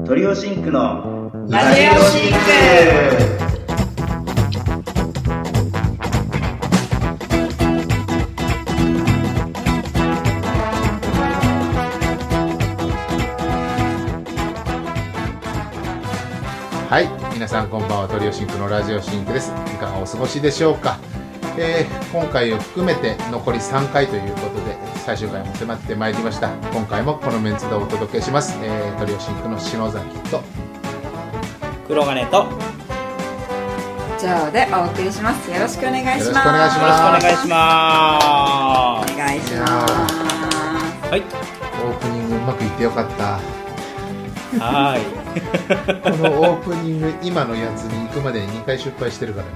トリオシンクのラジオシンク。 はい、皆さんこんばんは。トリオシンクのラジオシンクです。いかがお過ごしでしょうか。今回を含めて残り3回ということで最終回も迫ってまいりました。今回もこのメンツでお届けします。トリオシンクの篠崎と黒金とジョーでお送りします。よろしくお願いします。 よろしくお願いします。 よろしくお願いしまお願いします。 す。はい。 オープニングうまくいってよかった。 はい。 このオープニング今のやつに行くまでに2回失敗してるからね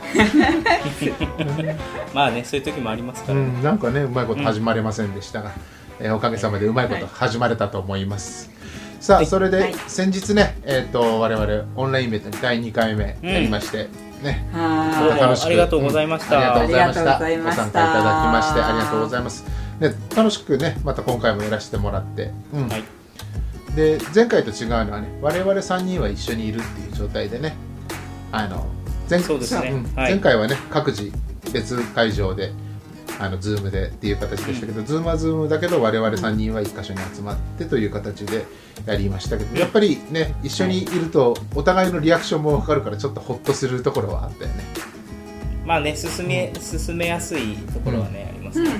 僕。 まあね、そういう時もありますから、ね。 なんかねうまいこと始まれませんでしたが、おかげさまでうまいこと始まれたと思います。さあ、はい、それで先日ね、我々オンラインイベントに第2回目やりまして、ね、 楽しくありがとうございました。 ありがとうございました。ご参加いただきましてありがとうございます。で楽しくねまた今回もやらせてもらって、はい、で前回と違うのはね我々3人は一緒にいるっていう状態でねそうですね、 前回はね各自別会場でズームでっていう形でしたけど、ズームはズームだけど我々3人は1箇所に集まってという形でやりましたけど、やっぱりね一緒にいるとお互いのリアクションも分かるからちょっとホッとするところはあったよね。 まあね進めやすいところはね、ありますね。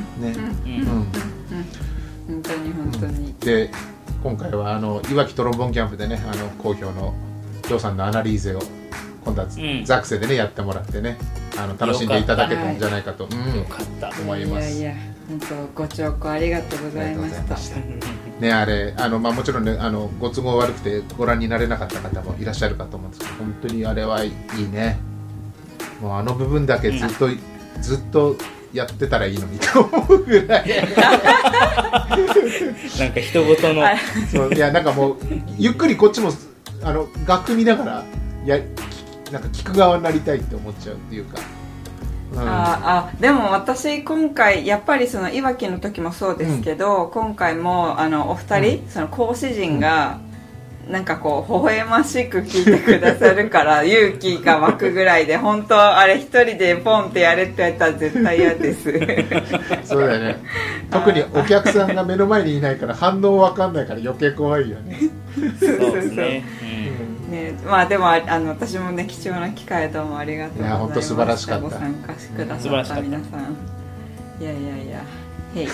本当に本当に。 で今回はいわきトロンボンキャンプでね好評のジョーさんのアナリーゼを今度はザクセでねやってもらってね楽しんでいただけたんじゃないかと思います。 いや本当ご聴講ありがとうございました。 ねあれもちろんねご都合悪くてご覧になれなかった方もいらっしゃるかと思うんですけど、本当にあれはいいね。もう部分だけずっとやってたらいいのにと思うぐらいなんか人ごとのそういやなんかもうゆっくりこっちも楽見ながらなんか聞く側になりたいって思っちゃうっていうか、 でも私今回やっぱりそのいわきの時もそうですけど、今回もお二人、その講師陣がなんかこう微笑ましく聞いてくださるから勇気が湧くぐらいで、本当あれ一人でポンってやれって言われたら絶対嫌ですそうだよね。特にお客さんが目の前にいないから反応わかんないから余計怖いよね。 そうですね。 まあでも私もね貴重な機会どうもありがとうございました。いや本当素晴らしかった。 ご参加してくださった皆さん、いやヘイ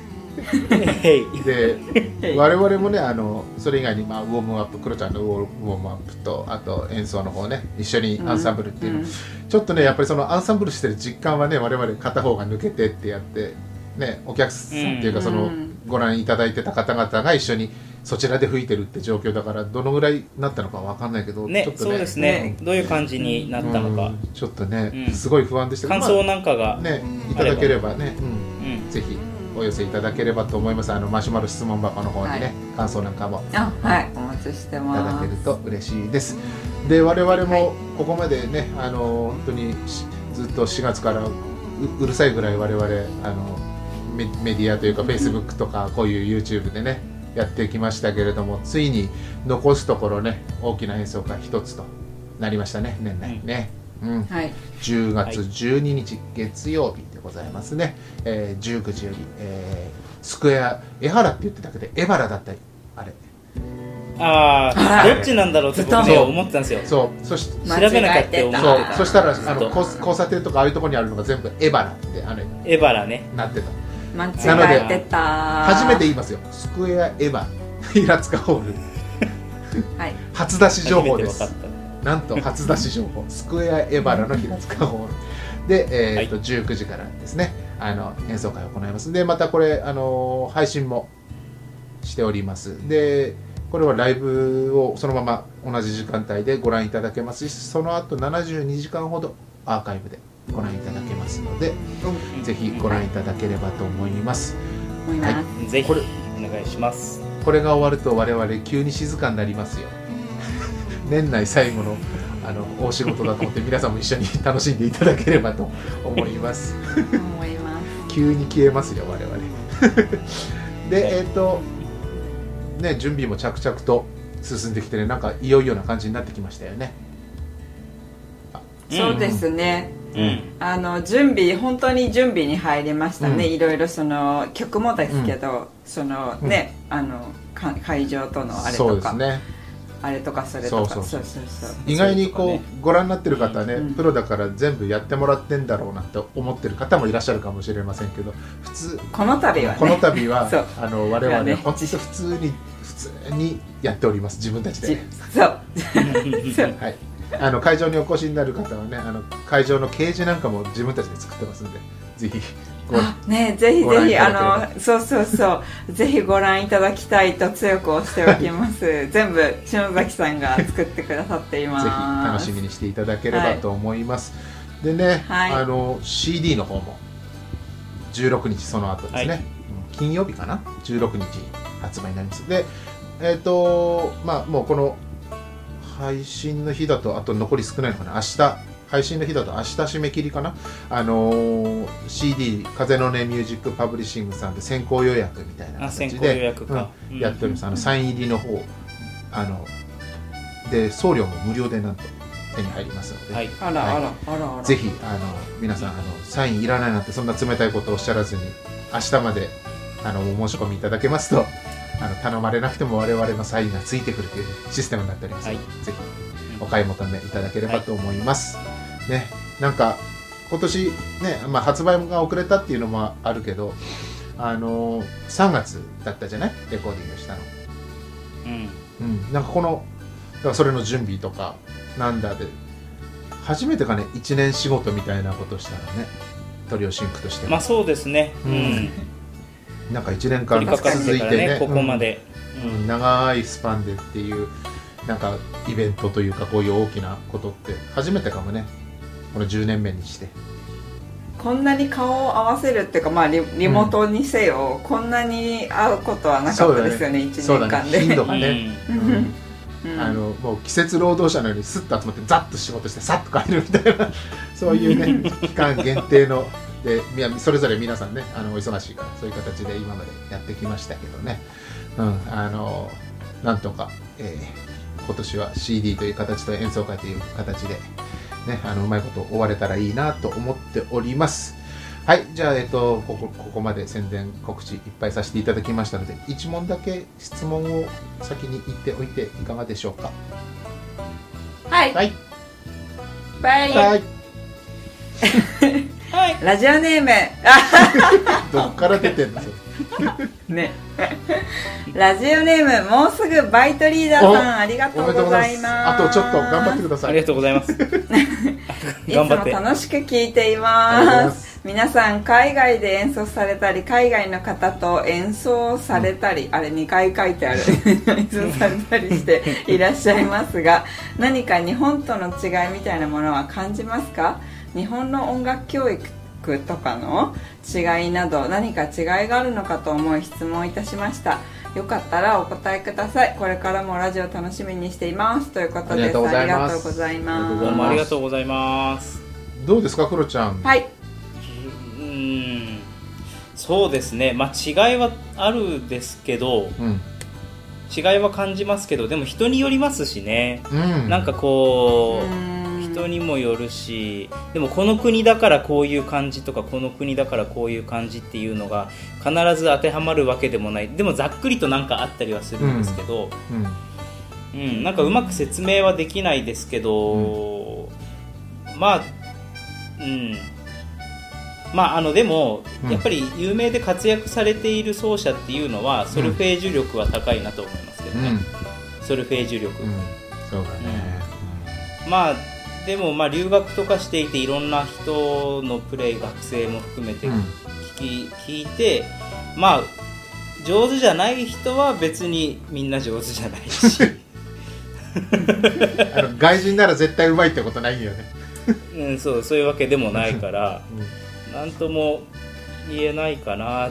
で我々もねそれ以外にウォームアップ、クロちゃんのウォームアップとあと演奏の方ね一緒にアンサンブルっていうの、ちょっとねやっぱりそのアンサンブルしてる実感はね我々片方が抜けてってやってねお客さんっていうかそのご覧いただいてた方々が一緒にそちらで吹いてるって状況だからどのぐらいなったのかわかんないけど、 ね、 ちょっとねそうですね、どういう感じになったのか、 ちょっとね、すごい不安でしたけど感想なんかが、 ねいただければね、ぜひお寄せいただければと思います。マシュマロ質問箱の方にね、感想なんかもお待ちしてます。 いただけると嬉しいです。で我々もここまでね本当にずっと4月からうるさいぐらい我々メディアというか Facebook とかこういう YouTube でねやってきましたけれども、ついに残すところね大きな演奏会一つとなりましたね、年内ね。10月12日月曜日でございますね。19時より、スクエア江原って言ってたけど江原だったりあれどっちなんだろうって僕ね思ってたんですよ。 そうそして調べなきゃって思ってた。 そしたら交差点とかああいうところにあるのが全部江原って江原ねなってた。 間違えてた。 初めて言いますよ、スクエアエヴァ平塚ホール初出し情報です。なんと初出し情報スクエアエヴァラの平塚ホールで、19時からですね演奏会を行います。でまたこれ配信もしております。でこれはライブをそのまま同じ時間帯でご覧いただけますし、その後72時間ほどアーカイブでご覧いただけますので、ぜひご覧いただければと思います。 ぜひお願いします。 これが終わると我々急に静かになりますよ年内最後の大仕事だと思って皆さんも一緒に楽しんでいただければと思います急に消えますよ我々で準備も着々と進んできてね、なんかいよいよな感じになってきましたよね。 そうですね、 うん、 準備本当に準備に入りましたね、いろいろその曲もですけど、そのね、会場とのあれとか、そうですね、あれとかそれとか、そう意外にこうご覧になってる方はね、プロだから全部やってもらってんだろうなって思ってる方もいらっしゃるかもしれませんけど、 この度は我々は本当に普通にやっております、自分たちで。 そうはい、 会場にお越しになる方はね、会場の掲示なんかも自分たちで作ってますんで、ぜひぜひぜひご覧いただきたいと強く押しておきます全部篠崎さんが作ってくださっています。 ぜひ楽しみにしていただければと思います、でね、CD の方も16日その後ですね、金曜日かな、16日に発売になります。でもうこの配信の日だとあと残り少ないのかな、明日配信の日だと明日締め切りかな、CD 風の音ミュージックパブリッシングさんで先行予約みたいな形でやっております。サイン入りの方で送料も無料でなんと手に入りますので、ぜひ皆さんサインいらないなんてそんな冷たいことをおっしゃらずに明日までお申し込みいただけますと頼まれなくても我々のサインがついてくるというシステムになっております、ぜひお買い求めいただければと思います、ね、なんか今年ね、発売が遅れたっていうのもあるけど3月だったじゃない、レコーディングしたの、なんかだからそれの準備とかなんだで初めてかね1年仕事みたいなことをしたのね、トリオシンクとして。 そうですね、 なんか1年間続いてね、 ここまで、 長いスパンでっていうなんかイベントというかこういう大きなことって初めてかもね、この10年目にしてこんなに顔を合わせるっていうか、リモートにせよ、こんなに会うことはなかったですよね、1年間で。 頻度がね、もう季節労働者のようにスッと集まってザッと仕事してさっと帰るみたいなそういうね期間限定のでそれぞれ皆さんねお忙しいからそういう形で今までやってきましたけどね、なんとか、今年は CD という形と演奏会という形で、ね、うまいこと終われたらいいなと思っております。はい、じゃあ、ここまで宣伝告知いっぱいさせていただきましたので1問だけ質問を先に言っておいていかがでしょうか。 はい、 はい、 バイはいラジオネームどっから出てんのねラジオネームもうすぐバイトリーダーさんありがとうございます。 あとちょっと頑張ってください。 ありがとうございますいつも楽しく聞いています。皆さん海外で演奏されたり海外の方と演奏されたり、あれ2回書いてある演奏されたりしていらっしゃいますが何か日本との違いみたいなものは感じますか？日本の音楽教育とかの違いなど何か違いがあるのかと思い質問いたしました。よかったらお答えください。これからもラジオ楽しみにしていますということです。ありがとうございます。 どうもありがとうございます。 どうですかクロちゃん。 はい、 そうですね、違いはあるですけど、違いは感じますけどでも人によりますしね、なんかこう人にもよるし、でもこの国だからこういう感じとかこの国だからこういう感じっていうのが必ず当てはまるわけでもない。でもざっくりとなんかあったりはするんですけど、なんかうまく説明はできないですけど、でもやっぱり有名で活躍されている奏者っていうのはソルフェージュ力は高いなと思いますけどね、ソルフェージュ力、 そうだね、 でも留学とかしていていろんな人のプレイ学生も含めて聞いて、上手じゃない人は別にみんな上手じゃないし外人なら絶対うまいってことないよねそういうわけでもないから、なんとも言えないかな、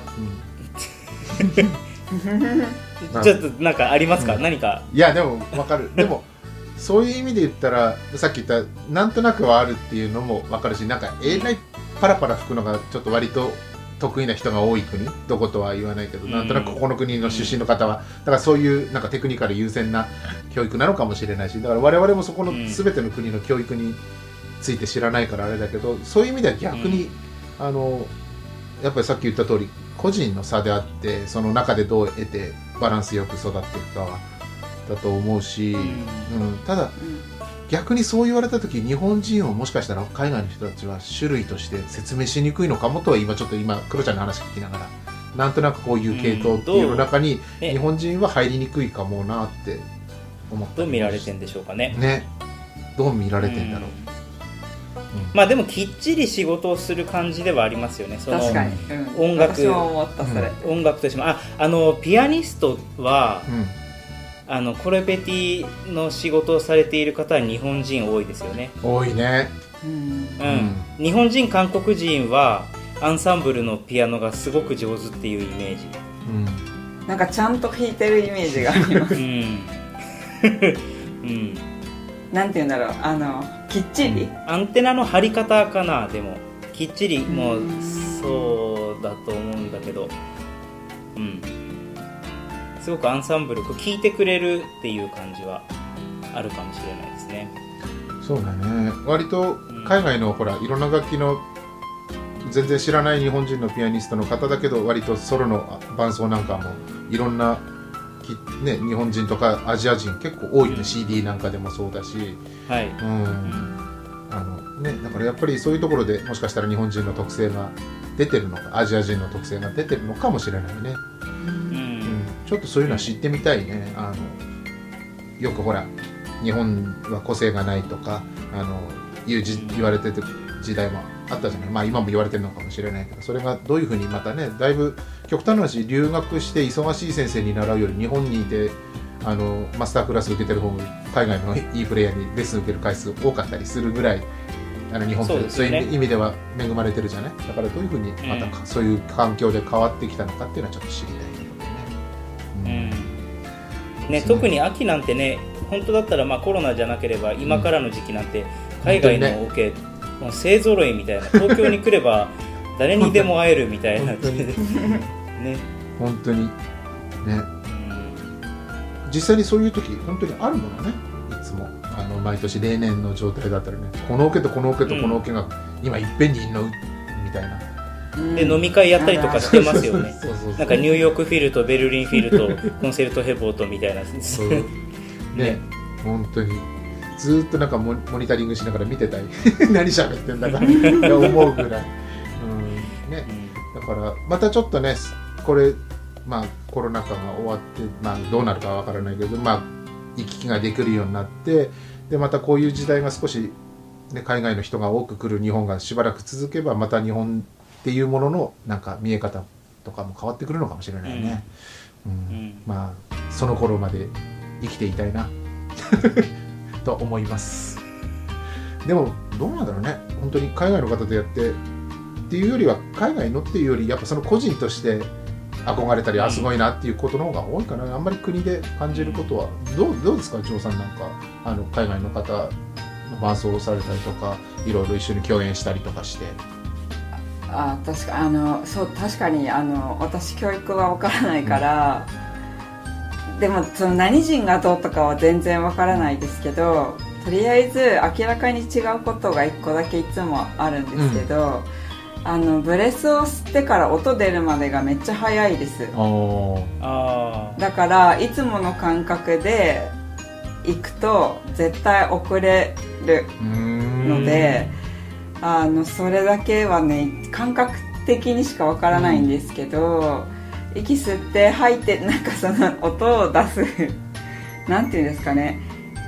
ちょっとなんかありますか、何か。 いやでも分かるでもそういう意味で言ったらさっき言ったなんとなくはあるっていうのも分かるし、なんかパラパラ吹くのがちょっと割と得意な人が多い国、どことは言わないけど、なんとなくここの国の出身の方はだからそういうなんかテクニカル優先な教育なのかもしれないし、だから我々もそこの全ての国の教育について知らないからあれだけど、そういう意味では逆に、やっぱりさっき言った通り個人の差であって、その中でどう得てバランスよく育っていくかはだと思うし、ただ、逆にそう言われた時日本人をもしかしたら海外の人たちは種類として説明しにくいのかもとは今クロちゃんの話聞きながらなんとなくこういう系統っていうの中に日本人は入りにくいかもなって思った。 どう見られてんでしょうかね。 どう見られてんだろう。 まあでもきっちり仕事をする感じではありますよね。その確かに、 音楽、 私も思ったそれ、 音楽としてもピアニストは、コレペティの仕事をされている方は日本人多いですよね。 多いね。 日本人韓国人はアンサンブルのピアノがすごく上手っていうイメージ、 なんかちゃんと弾いてるイメージがありますなんていうんだろう、きっちり、 アンテナの張り方かな。でもきっちりもうそうだと思うんだけど、すごくアンサンブル聴いてくれるっていう感じはあるかもしれないですね。 そうだね。割と海外のほらいろんな楽器の全然知らない日本人のピアニストの方だけど割とソロの伴奏なんかもいろんな、ね、日本人とかアジア人結構多いよね、CD なんかでもそうだし、だからやっぱりそういうところでもしかしたら日本人の特性が出てるのかアジア人の特性が出てるのかもしれないね。ちょっとそういうのは知ってみたいね。よくほら日本は個性がないとか言われてる時代もあったじゃない。まあ今も言われてるのかもしれないけど、それがどういうふうにまたね、だいぶ極端な話留学して忙しい先生に習うより日本にいてマスタークラス受けてる方が海外のいいプレイヤーにレッスン受ける回数多かったりするぐらい日本ってそういう意味では恵まれてるじゃない。だからどういうふうにまたそういう環境で変わってきたのかっていうのはちょっと知りたいところね。特に秋なんてね、本当だったらコロナじゃなければ今からの時期なんて海外のオケ、もう勢ぞろいみたいな、東京に来れば誰にでも会えるみたいな本当にね、実際にそういう時本当にあるものね。いつも毎年例年の状態だったらね、このオケとこのオケとこのオケが今いっぺんにいんのみたいな。 で飲み会やったりとかしてますよね。なんかニューヨークフィルとベルリンフィルとコンセルトヘボーとみたいなね、本当にずっとなんかモニタリングしながら見てたい何喋ってんだか思うぐらい、だからまたちょっとねこれコロナ禍が終わって、どうなるかは分からないけど行き来ができるようになって、でまたこういう時代が少し、海外の人が多く来る日本がしばらく続けばまた日本っていうもののなんか見え方とかも変わってくるのかもしれないね。その頃まで生きていたいなと思います。でもどうなんだろうね、本当に海外の方とやってっていうよりは海外のっていうよりやっぱその個人として憧れたりすごいなっていうことの方が多いかな。あんまり国で感じることはどうですか、ジョーさん。なんか海外の方の伴奏をされたりとかいろいろ一緒に共演したりとかして。 確かに私教育は分からないから、でもその何人がどうとかは全然分からないですけど、とりあえず明らかに違うことが1個だけいつもあるんですけど、ブレスを吸ってから音出るまでがめっちゃ早いです。だからいつもの感覚で行くと絶対遅れるので、それだけはね感覚的にしかわからないんですけど、息吸って吐いてなんかその音を出すなんていうんですかね、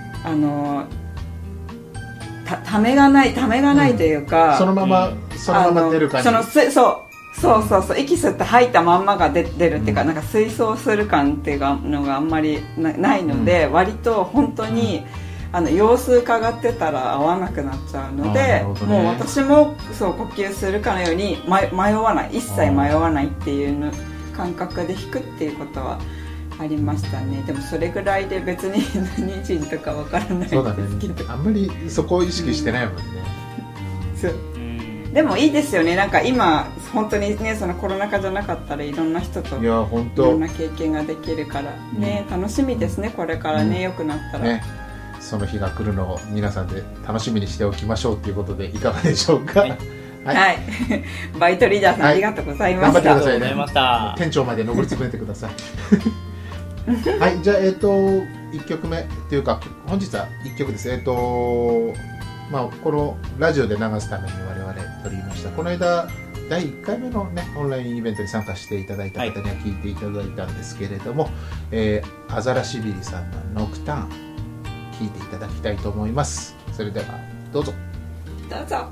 ためがないというか、 そのまま出る感じ。 そう息吸って吐いたまんまが出るっていうか、なんか吹奏する感っていうのがあんまりないので、割と本当に様子伺ってたら合わなくなっちゃうので、もう私もそう呼吸するかのように迷わない、一切迷わないっていうの感覚で弾くっていうことはありましたね。でもそれぐらいで別に何人とかわからないですけど、 あんまりそこを意識してないもんね。 でもいいですよね。なんか今本当にね、そのコロナ禍じゃなかったらいろんな人といろんな経験ができるからね、楽しみですね、これからね、良くなったら、ね、 その日が来るのを皆さんで楽しみにしておきましょうということでいかがでしょうか。はいはい、バイトリーダーさん、ありがとうございました。 頑張ってくださいね。店長まで上り詰めてください。はい、じゃあ1曲目というか本日は1曲です。まあ、このラジオで流すために我々撮りました。この間第1回目のねオンラインイベントに参加していただいた方には聞いていただいたんですけれども、アザラシビリさんのノクターン聞いていただきたいと思います。それではどうぞ。 どうぞ。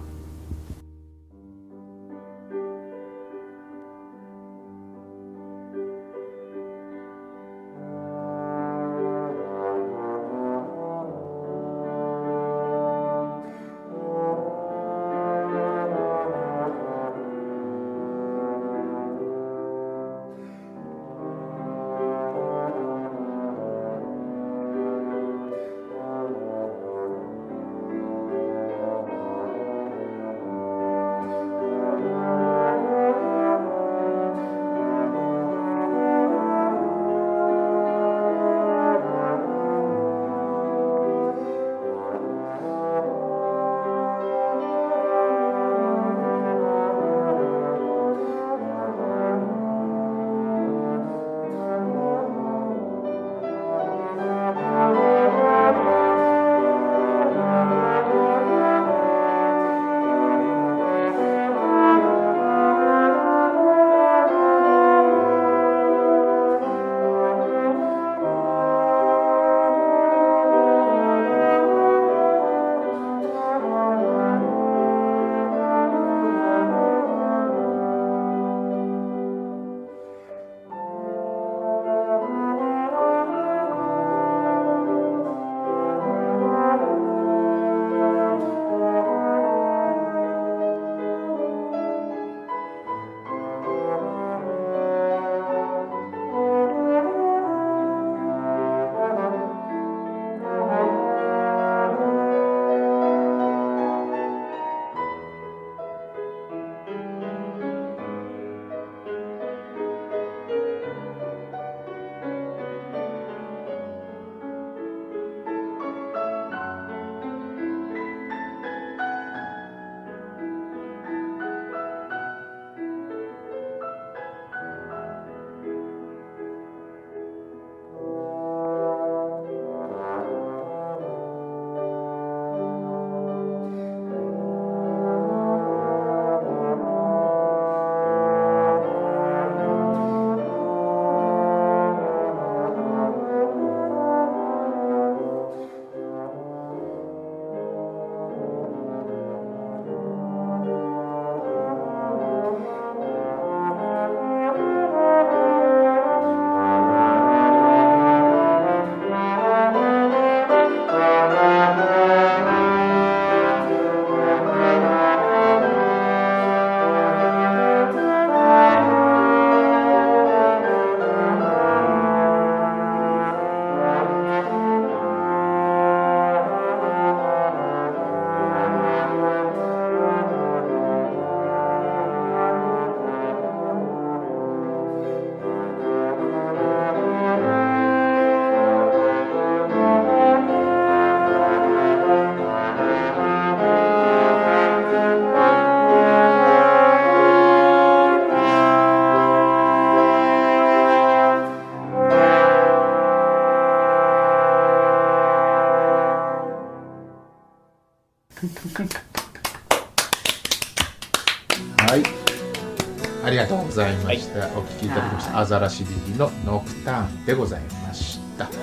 はい、ありがとうございました、はい、お聴きいただきましたアザラシビリのノクターンでございました。はい、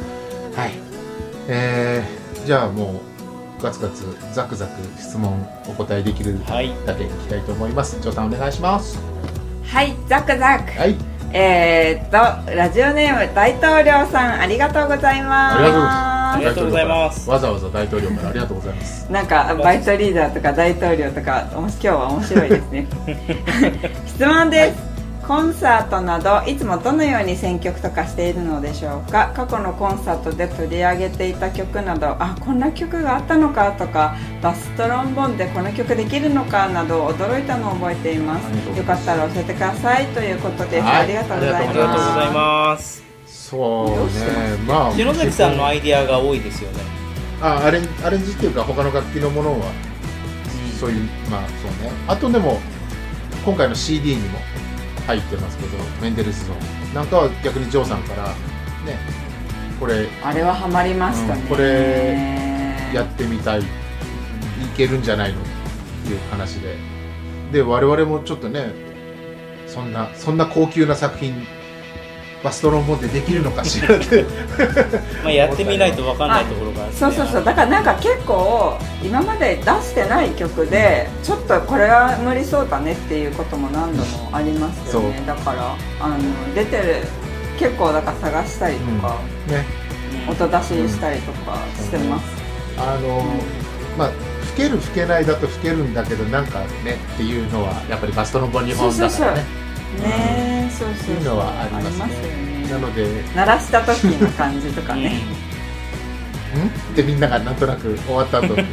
じゃあもうガツガツザクザク質問お答えできるだけいきたいと思います。ジョーさんお願いします。 はい、ザクザク。はい、ラジオネーム大統領さん、ありがとうございます。 ありがとうございます。 わざわざ大統領からありがとうございます。 なんかバイトリーダーとか大統領とか今日は面白いですね。質問です。 コンサートなどいつもどのように選曲とかしているのでしょうか。過去のコンサートで取り上げていた曲など、あ、こんな曲があったのかとか、バストロンボーンでこの曲できるのかなど驚いたのを覚えています。よかったら教えてくださいということです。 はい、 ありがとうございます。 ありがとうございます。 そうね、まあ篠崎さんのアイディアが多いですよね。 アレンジっていうか他の楽器のものは、そういう、まあそうね。あとでも今回の CD にも入ってますけど、メンデルスゾーンなんかは逆にジョーさんからね、これあれはハマりましたね、 これやってみたい、いけるんじゃないのっていう話で、我々もちょっとね、そんな高級な作品バストロンボーンでできるのかしらってまあやってみないと分かんないところがある、ね、 そうだからなんか結構今まで出してない曲でちょっとこれは無理そうだねっていうことも何度もありますよね。だから出てる結構だから探したりとか、ね、音出ししたりとかしてます。 まあ吹ける吹けないだと吹けるんだけどなんかねっていうのはやっぱりバストロンボーン2本だからね。そういうのはありますね。なので鳴らした時の感じとかねってみんながなんとなく終わった後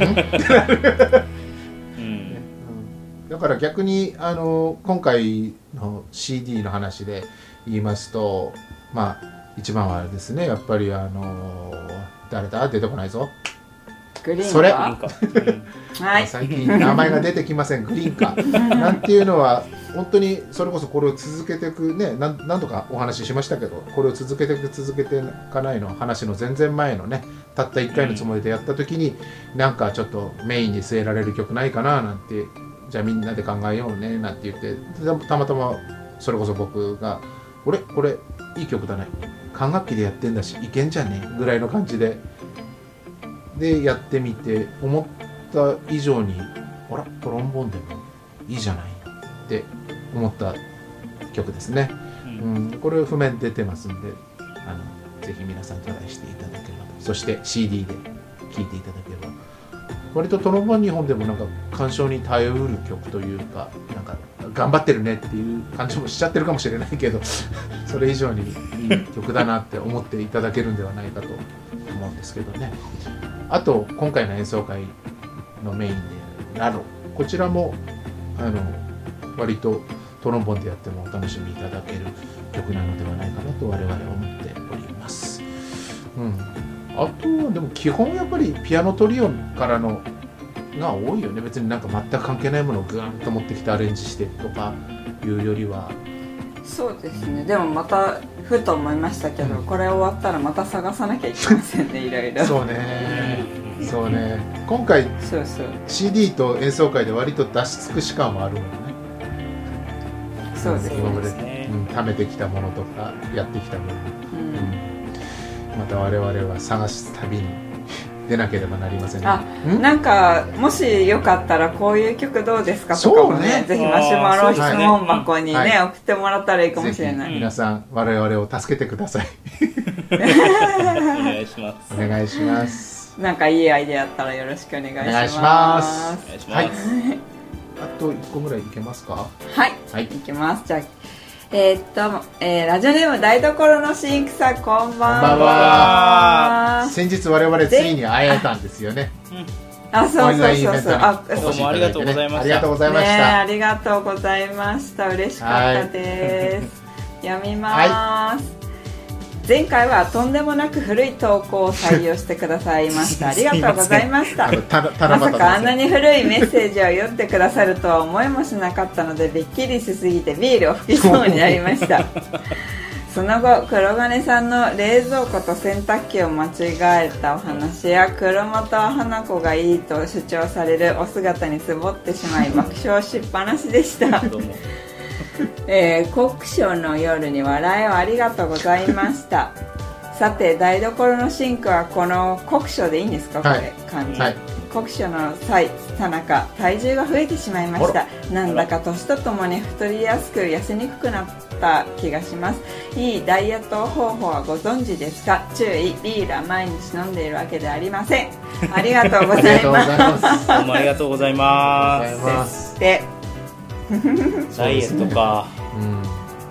だから逆に今回の CD の話で言いますと、まあ一番はあれですね、やっぱり誰だ、出てこないぞ、 グリーンそれはい、 最近名前が出てきませんグリーンかなんていうのは本当にそれこそこれを続けていくね、何度かお話ししましたけど、これを続けていかないの話の全然前のね、たった1回のつもりでやった時に、なんかちょっとメインに据えられる曲ないかななんて、じゃあみんなで考えようねなんて言って、たまたまそれこそ僕がこれいい曲だね、管楽器でやってんだしいけんじゃねぐらいの感じでやってみて、思った以上にあらトロンボーンでもいいじゃないって思った曲ですね、これ譜面出てますんでぜひ皆さんトライしていただければ、そして CD で聴いていただければ、割とトロンボーン2本でもなんか鑑賞に耐えうる曲というか、なんか頑張ってるねっていう感じもしちゃってるかもしれないけどそれ以上にいい曲だなって思っていただけるんではないかと思うんですけどね。あと今回の演奏会のメインであるラロ、こちらも割とトロンボーンでやってもお楽しみいただける曲なのではないかなと我々は思っております。あとはでも基本やっぱりピアノトリオからのが多いよね。別になんか全く関係ないものをグーンと持ってきてアレンジしてとかいうよりは。 そうですね。でもまたふと思いましたけど、これ終わったらまた探さなきゃいけませんねいろいろ。 そうね今回 CD と演奏会で割と出し尽くし感はあるもんね。 そうですね。 今まで、貯めてきたものとかやってきたもの、また我々は探す旅に出なければなりませんね。 なんかもしよかったらこういう曲どうですかとかもね、ぜひマシュマロ質問箱にね、送ってもらったらいいかもしれない。 皆さん我々を助けてくださいお願いします。 お願いします。 なんかいいアイデアあったらよろしくお願いします。 お願いします。はい。あと1個ぐらいいけますか。 はい、いきます。じゃあラジオネーム台所のシンクさん、こんばんは。 先日我々ついに会えたんですよね。 そう。どうもありがとうございました。 ありがとうございました。 ありがとうございました。嬉しかったです。読みます。前回はとんでもなく古い投稿を採用してくださいました。ありがとうございました。まさかあんなに古いメッセージを読んでくださるとは思いもしなかったので、びっくりしすぎてビールを吹きそうになりましたその後、黒金さんの冷蔵庫と洗濯機を間違えたお話や黒本花子がいいと主張されるお姿につぼってしまい爆笑しっぱなしでした国書の夜に笑いをありがとうございましたさて、台所のシンクはこの国書でいいんですか、これ漢字、国書の際さなか体重が増えてしまいました。なんだか年とともに太りやすく痩せにくくなった気がします。いいダイエット方法はご存知ですか？注意、ビールは毎日飲んでいるわけではありません。ありがとうございますどうもありがとうございます。 でダイエットか、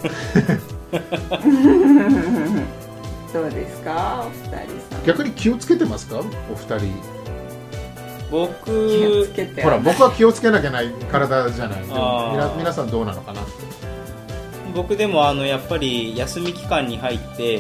どうですかお二人さん。 逆に気をつけてますかお二人。 僕ほら僕は気をつけなきゃない体じゃない。でも皆さんどうなのかなって。 僕でもやっぱり休み期間に入って、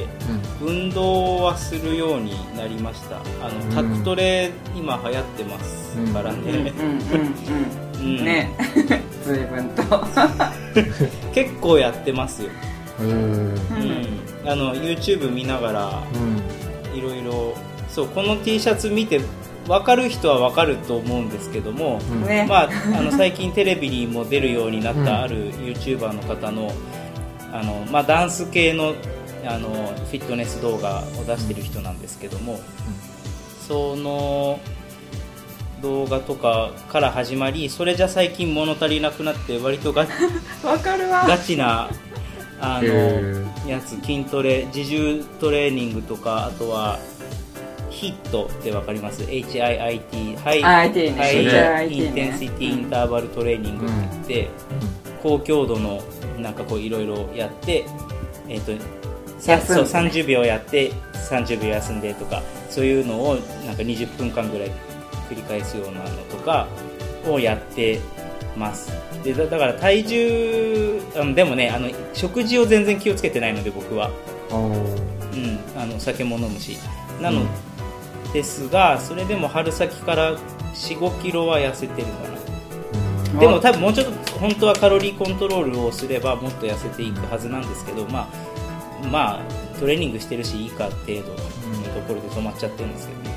運動はするようになりました。タクトレ今流行ってますからね。 ね随分と結構やってますよ。YouTube 見ながらいろいろ、そうこの T シャツ見て分かる人は分かると思うんですけども、まあ、最近テレビにも出るようになったある YouTuber の方の、まあ、ダンス系の、フィットネス動画を出してる人なんですけども、その動画とかから始まり、それじゃ最近物足りなくなって割とガチなやつ、筋トレ、自重トレーニングとか、あとはヒットってわかります？ HIIT ハイインテンシティインターバルトレーニングって言って、高強度のなんかこういろいろやって、そう30秒やって30秒休んでとか、そういうのをなんか20分間ぐらい繰り返すようなのとかをやってます。でだから体重でもね、食事を全然気をつけてないので僕は、お酒も飲むしなのですが、それでも春先から 4,5 キロは痩せてるかな。でも多分もうちょっと本当はカロリーコントロールをすればもっと痩せていくはずなんですけど、まあトレーニングしてるしいいか程度のところで止まっちゃってるんですけどね。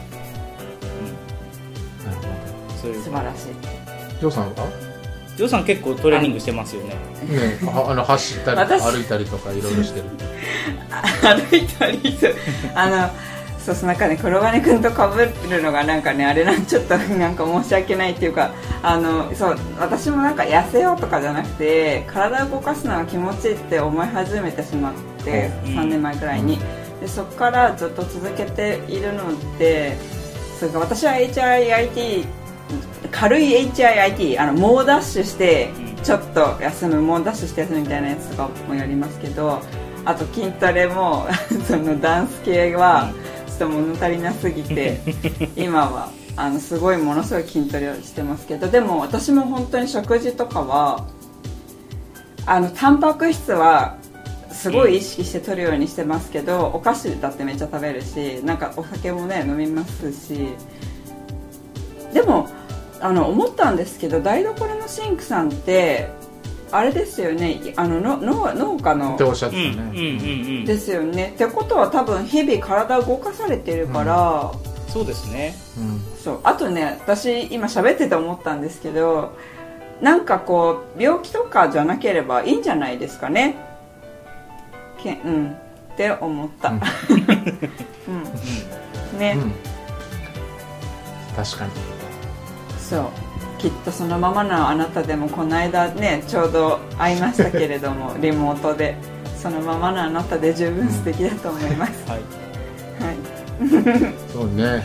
なるほど。 そういう素晴らしい。 ジョーさんは？ ジョーさん結構トレーニングしてますよね。 走ったり歩いたりとかいろいろしてる。 歩いたりそうなんかね、黒金君と被るのがなんかね、あれちょっとなんか申し訳ないっていうか、そう私もなんか痩せようとかじゃなくて、体を動かすのが気持ちいいって思い始めてしまって、3年前くらいに。でそこからずっと続けているので、それから私は HIIT、軽い HIIT、猛ダッシュしてちょっと休む、猛ダッシュして休むみたいなやつとかもやりますけど、あと筋トレもそのダンス系はちょっと物足りなすぎて今はすごいものすごい筋トレをしてますけど、でも私も本当に食事とかはタンパク質はすごい意識して取るようにしてますけど、お菓子だってめっちゃ食べるし、なんかお酒もね飲みますし、でも思ったんですけど、台所のシンクさんってあれですよね、農家のっておっしゃってたね、 ですよね。ってことは多分日々体を動かされてるから、 そうですね、 そうあとね、私今喋ってて思ったんですけど、なんかこう病気とかじゃなければいいんじゃないですかね、って思った、ね、 確かにそうきっとそのままのあなたでもこの間ねちょうど会いましたけれどもリモートで、そのままのあなたで十分素敵だと思います、はいそうね、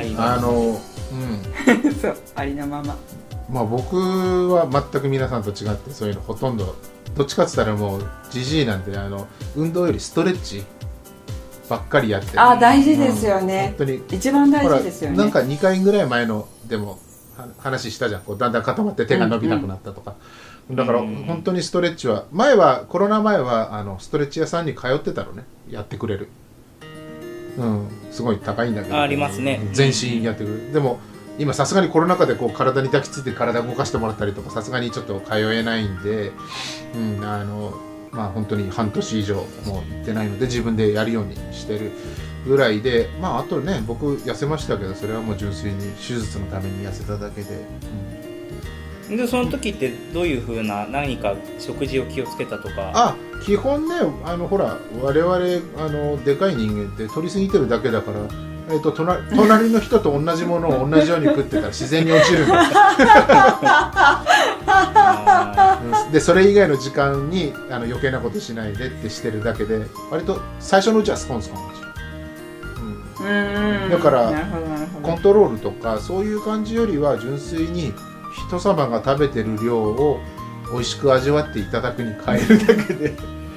そうありのまま。 まあ僕は全く皆さんと違って、そういうのほとんどどっちかって言ったらもうジジイなんで、運動よりストレッチばっかりやってる。 大事ですよね、 本当に一番大事ですよね。 なんか2回ぐらい前のでも話したじゃん、こうだんだん固まって手が伸びなくなったとか、だから本当にストレッチはコロナ前はストレッチ屋さんに通ってたのね、やってくれる、すごい高いんだけど、 ありますね、 全身やってくれる。でも今さすがにコロナ禍でこう体に抱きついて体を動かしてもらったりとか、さすがにちょっと通えないんで、まあ本当に半年以上もう行ってないので自分でやるようにしてるぐらいで、まああとね、僕痩せましたけど、それはもう純粋に手術のために痩せただけで、 でその時ってどういう風な何か食事を気をつけたとか？ 基本ね、ほら我々でかい人間って取りすぎてるだけだから、隣の人と同じものを同じように食ってたら自然に落ちるんだでそれ以外の時間に余計なことしないでってしてるだけで、割と最初のうちはスコンスコンだからコントロールとかそういう感じよりは、純粋に人様が食べてる量を美味しく味わっていただくに変えるだけで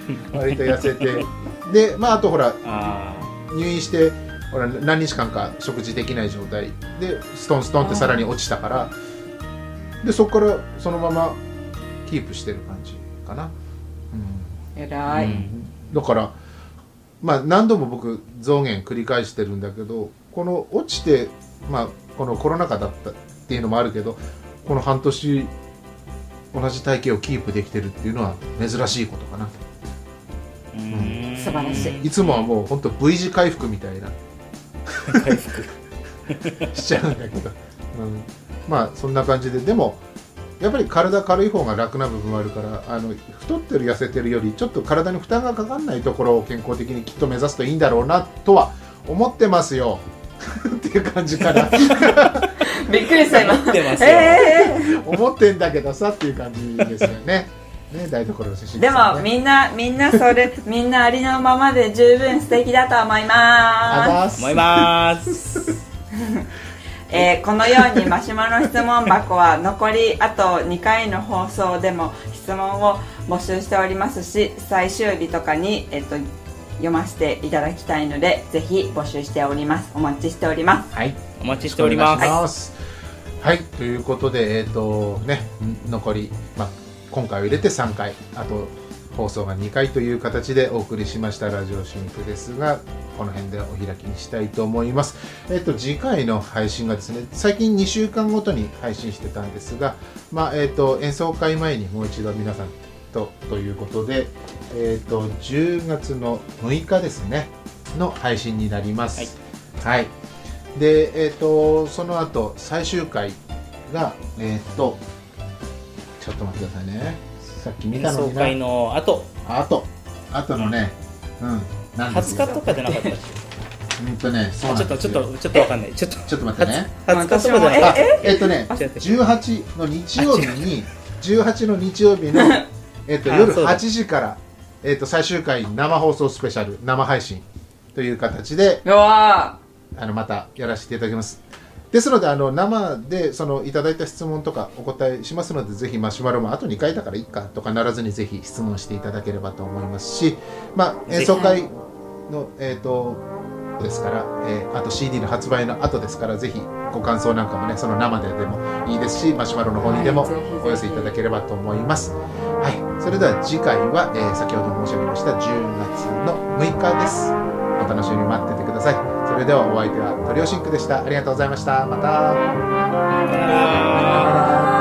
割と痩せてでまああとほら入院してほら何日間か食事できない状態でストンストンってさらに落ちたからでそこからそのままキープしてる感じかな、 偉い、 だからまあ何度も僕増減繰り返してるんだけどこの落ちてまあこのコロナ禍だったっていうのもあるけどこの半年同じ体型をキープできてるっていうのは珍しいことかな。 素晴らしい。 いつもはもう本当 V 字回復みたいな回復しちゃうんだけど、まあそんな感じででもやっぱり体軽い方が楽な部分もあるから太ってる痩せてるよりちょっと体に負担がかかんないところを健康的にきっと目指すといいんだろうなとは思ってますよっていう感じかなびっくりした今思ってますよ、 思ってんだけどさっていう感じですよね台所の写真、 でもみんなそれみんなありのままで十分素敵だと思います思いますこのようにマシュマロ質問箱は残りあと2回の放送でも質問を募集しておりますし最終日とかに、読ませていただきたいのでぜひ募集しております。お待ちしております。 はい、 お待ちしております。 はい、ということで残り、今回を入れて3回あと放送が2回という形でお送りしましたラジオシンクですがこの辺でお開きにしたいと思います。次回の配信がですね最近2週間ごとに配信してたんですが、演奏会前にもう一度皆さんということで、10月の6日ですねの配信になります。はい、で、その後最終回がちょっと待ってくださいね。さっき見たのに演奏会の後のね、 20日とかじゃなかったっけ？ そうなんですよ。 ちょっとわかんない。ちょっと待ってね。 20日とかじゃなかった。 18の日曜日に18の日曜日の夜8時から最終回生放送スペシャル生配信という形でまたやらせていただきます。ですので生でいただいた質問とかお答えしますのでぜひマシュマロもあと2回だからいいかとかならずにぜひ質問していただければと思いますし、演奏会のですから、あと CD の発売の後ですからぜひご感想なんかもねその生ででもいいですしマシュマロの方にでもお寄せいただければと思います。はい、それでは次回は、先ほど申し上げました10月の6日です。お楽しみに待っててください。それではお相手はトリオシンクでした。ありがとうございました。また。